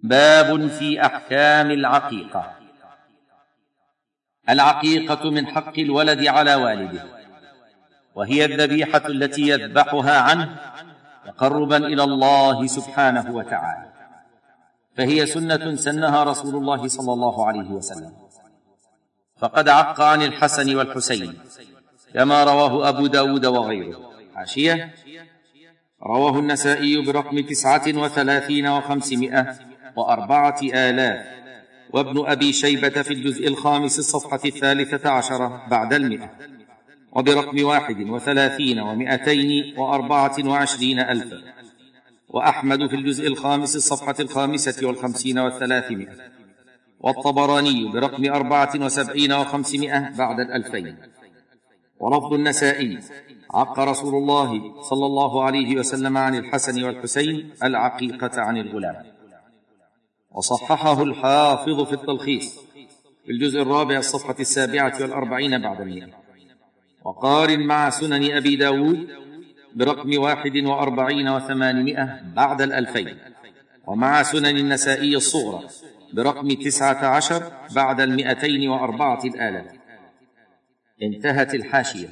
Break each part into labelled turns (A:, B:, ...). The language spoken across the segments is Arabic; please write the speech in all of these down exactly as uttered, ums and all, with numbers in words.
A: باب في أحكام العقيقة. العقيقة من حق الولد على والده، وهي الذبيحة التي يذبحها عنه تقربا إلى الله سبحانه وتعالى، فهي سنة سنها رسول الله صلى الله عليه وسلم، فقد عق عن الحسن والحسين كما رواه أبو داود وغيره. حاشية: رواه النسائي برقم تسعة وثلاثين وخمسمائة وأربعة آلاف، وابن أبي شيبة في الجزء الخامس الصفحة الثالثة عشرة بعد المئة، وبرقم واحد وثلاثين ومائتين وأربعة وعشرين ألفا، وأحمد في الجزء الخامس الصفحة الخامسة والخمسين والثلاثمائة، والطبراني برقم أربعة وسبعين وخمسمائة بعد الألفين. ولفظ النسائي: عق رسول الله صلى الله عليه وسلم عن الحسن والحسين العقيقة عن الغلام. وصححه الحافظ في التلخيص في الجزء الرابع الصفحة السابعة والأربعين بعد المئة. وقارن مع سنن أبي داود برقم واحد وأربعين وثمانمائة بعد الألفين، ومع سنن النسائي الصغرى برقم تسعة عشر بعد المئتين وأربعة الآلاف. انتهت الحاشية.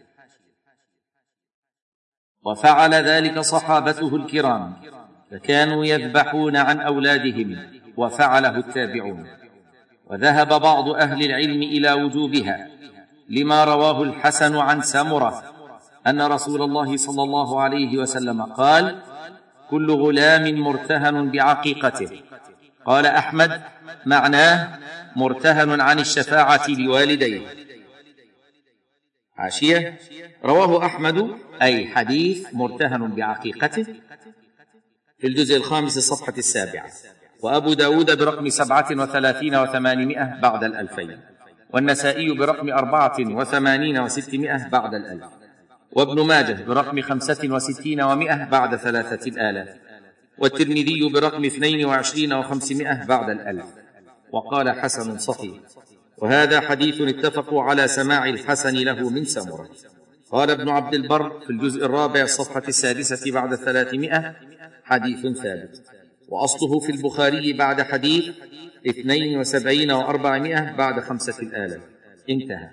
A: وفعل ذلك صحابته الكرام، فكانوا يذبحون عن أولادهم، وفعله التابعون. وذهب بعض أهل العلم إلى وجوبها لما رواه الحسن عن سمرة أن رسول الله صلى الله عليه وسلم قال: كل غلام مرتهن بعقيقته. قال أحمد: معناه مرتهن عن الشفاعة لوالديه. حاشية: رواه أحمد أي حديث مرتهن بعقيقته في الجزء الخامس الصفحة السابعة، وأبو داود برقم سبعة وثلاثين وثمانمائة بعد الألفين، والنسائي برقم أربعة وثمانين وستمائة بعد الألف، وابن ماجه برقم خمسة وستين ومائة بعد ثلاثة الآلاف، والترمذي برقم اثنين وعشرين وخمسمائة بعد الألف، وقال حسن صحيح. وهذا حديث اتفقوا على سماع الحسن له من سمرة. قال ابن عبد البر في الجزء الرابع الصفحة السادسة بعد الثلاثمائة: حديث ثابت، وأصله في البخاري بعد حديث اثنين وسبعين وأربعمائة بعد خمسة الآلاف. انتهى.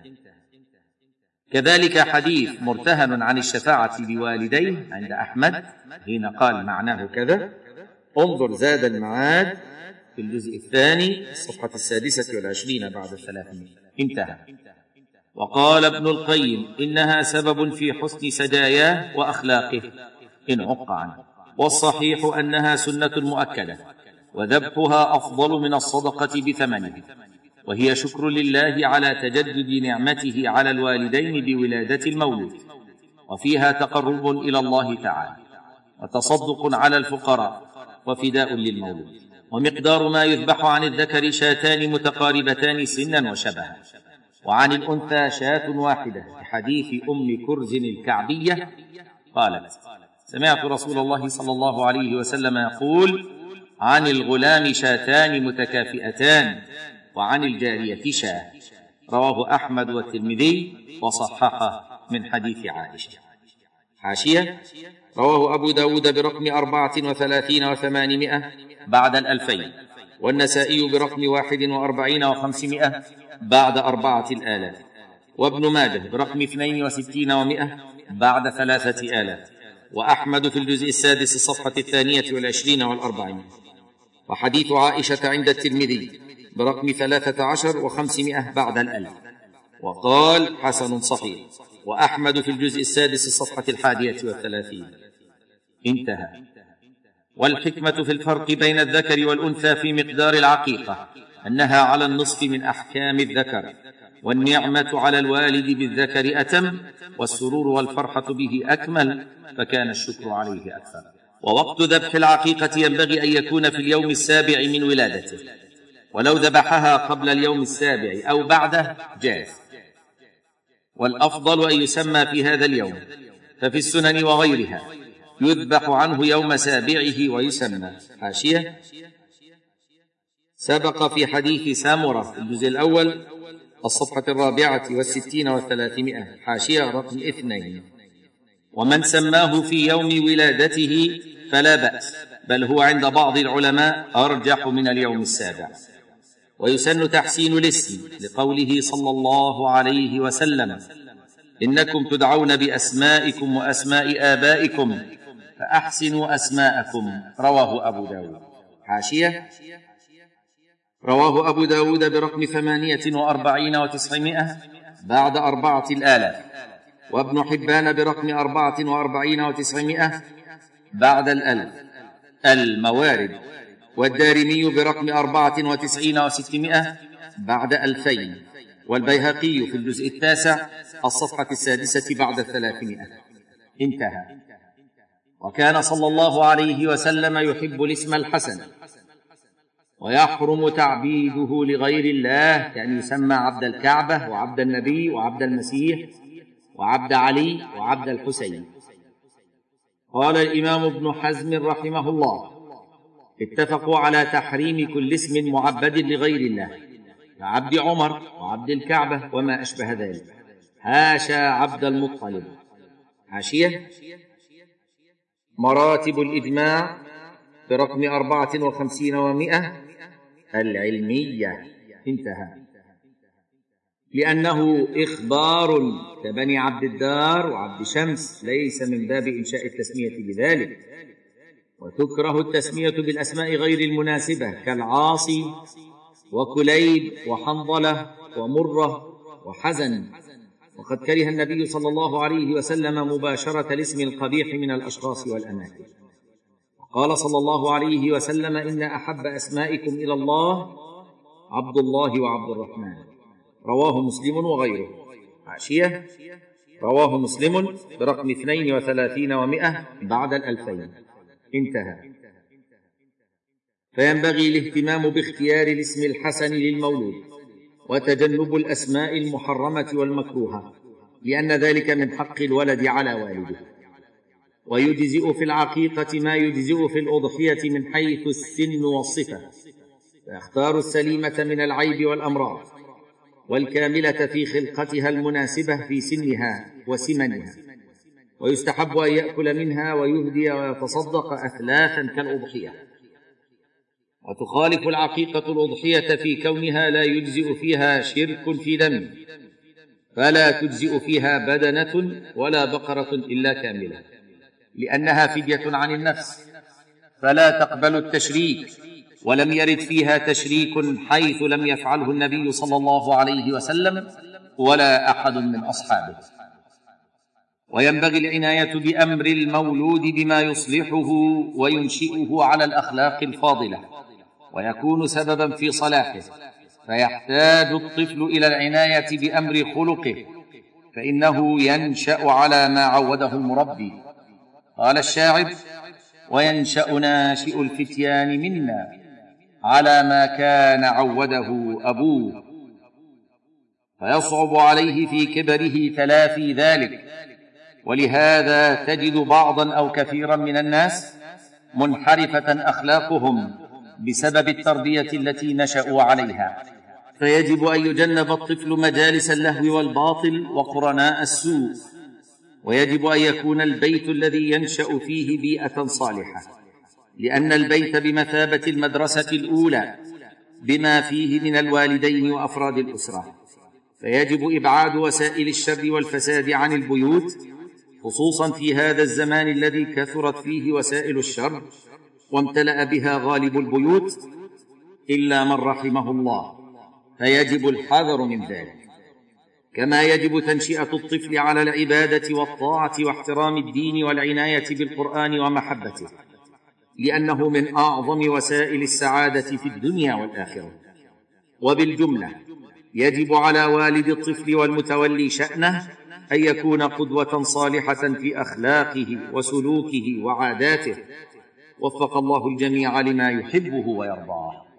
A: كذلك حديث مرتهن عن الشفاعة لوالديه عند أحمد حين قال معناه كذا. انظر زاد المعاد في الجزء الثاني الصفحة السادسة والعشرين بعد الثلاثمائة. انتهى. وقال ابن القيم: إنها سبب في حسن سجاياه وأخلاقه إن عق عنه، والصحيح أنها سنة مؤكدة، وذبحها أفضل من الصدقة بثمنه، وهي شكر لله على تجدد نعمته على الوالدين بولادة المولود، وفيها تقرب إلى الله تعالى، وتصدق على الفقراء، وفداء للمولود. ومقدار ما يذبح عن الذكر شاتان متقاربتان سنا وشبها، وعن الأنثى شاة واحدة، لحديث أم كرز الكعبية قالت: سمعت رسول الله صلى الله عليه وسلم يقول: عن الغلام شاتان متكافئتان، وعن الجارية شاة. رواه أحمد والترمذي وصححه من حديث عائشة. حاشية: رواه أبو داود برقم أربعة وثلاثين وثمانمائة بعد الألفين، والنسائي برقم واحد وأربعين وخمسمائة بعد أربعة الآلاف، وابن ماجه برقم اثنين وستين ومائة بعد ثلاثة آلاف، وأحمد في الجزء السادس الصفحة الثانية والعشرين والأربعين. وحديث عائشة عند الترمذي برقم ثلاثة عشر وخمسمائة بعد الألف، وقال حسن صحيح. وأحمد في الجزء السادس الصفحة الحادية والثلاثين. انتهى. والحكمة في الفرق بين الذكر والأنثى في مقدار العقيقة أنها على النصف من أحكام الذكر، والنعمة على الوالد بالذكر أتم، والسرور والفرحة به أكمل، فكان الشكر عليه أكثر. ووقت ذبح العقيقة ينبغي أن يكون في اليوم السابع من ولادته، ولو ذبحها قبل اليوم السابع أو بعده جاز، والأفضل أن يسمى في هذا اليوم، ففي السنن وغيرها يذبح عنه يوم سابعه ويسمى. حاشية: سبق في حديث سامرة الجزء الأول الصفحة الرابعة والستين والثلاثمائة. حاشية رقم اثنين. ومن سماه في يوم ولادته فلا بأس، بل هو عند بعض العلماء أرجح من اليوم السابع. ويسن تحسين الاسم لقوله صلى الله عليه وسلم: إنكم تدعون بأسمائكم وأسماء آبائكم فأحسنوا أسماءكم. رواه أبو داود. حاشية: رواه أبو داود برقم ثمانية وأربعين وتسعمائة بعد أربعة الآلاف، وابن حبان برقم أربعة وأربعين وتسعمائة بعد الألف الموارد، والدارمي برقم أربعة وتسعين وستمائة بعد ألفين، والبيهقي في الجزء التاسع الصفحة السادسة بعد الثلاثمائة. انتهى. وكان صلى الله عليه وسلم يحب الاسم الحسن، ويحرم تعبيده لغير الله، كأن يسمى عبد الكعبة وعبد النبي وعبد المسيح وعبد علي وعبد الحسين. قال الإمام ابن حزم رحمه الله: اتفقوا على تحريم كل اسم معبد لغير الله، كعبد عمر وعبد الكعبة وما أشبه ذلك، حاشا عبد المطلب. حاشية: مراتب الإجماع برقم أربعة وخمسين ومائة العلمية. انتهى. لأنه إخبار كبني عبد الدار وعبد شمس، ليس من باب إنشاء التسمية بذلك. وتكره التسمية بالأسماء غير المناسبة كالعاصي وكليب وحنظلة ومرة وحزن. وقد كره النبي صلى الله عليه وسلم مباشرة الاسم القبيح من الأشخاص والأماكن. قال صلى الله عليه وسلم: إن أحب أسمائكم إلى الله عبد الله وعبد الرحمن. رواه مسلم وغيره. حاشية: رواه مسلم برقم اثنين وثلاثين ومائة بعد الألفين. انتهى. فينبغي الاهتمام باختيار الاسم الحسن للمولود، وتجنب الأسماء المحرمة والمكروهة، لأن ذلك من حق الولد على والده. ويجزئ في العقيقة ما يجزئ في الأضحية من حيث السن والصفة، فيختار السليمة من العيب والأمراض، والكاملة في خلقتها المناسبة في سنها وسمنها. ويستحب أن يأكل منها ويهدي ويتصدق أثلاثا كالأضحية. وتخالف العقيقة الأضحية في كونها لا يجزئ فيها شرك في دم، فلا تجزئ فيها بدنة ولا بقرة إلا كاملة، لأنها فدية عن النفس، فلا تقبل التشريك، ولم يرد فيها تشريك حيث لم يفعله النبي صلى الله عليه وسلم ولا أحد من أصحابه. وينبغي العناية بأمر المولود بما يصلحه وينشئه على الأخلاق الفاضلة، ويكون سببا في صلاحه، فيحتاج الطفل إلى العناية بأمر خلقه، فإنه ينشأ على ما عوده المربي. قال الشاعر: وينشأ ناشئ الفتيان منا على ما كان عوده أبوه، فيصعب عليه في كبره تلافي ذلك. ولهذا تجد بعضا أو كثيرا من الناس منحرفة أخلاقهم بسبب التربية التي نشأوا عليها، فيجب أن يجنب الطفل مجالس اللهو والباطل وقرناء السوء، ويجب أن يكون البيت الذي ينشأ فيه بيئة صالحة، لأن البيت بمثابة المدرسة الأولى بما فيه من الوالدين وأفراد الأسرة، فيجب إبعاد وسائل الشر والفساد عن البيوت، خصوصا في هذا الزمان الذي كثرت فيه وسائل الشر وامتلأ بها غالب البيوت إلا من رحمه الله، فيجب الحذر من ذلك. كما يجب تنشئة الطفل على العبادة والطاعة واحترام الدين والعناية بالقرآن ومحبته، لأنه من أعظم وسائل السعادة في الدنيا والآخرة. وبالجملة يجب على والد الطفل والمتولي شأنه أن يكون قدوة صالحة في أخلاقه وسلوكه وعاداته. وفق الله الجميع لما يحبه ويرضاه.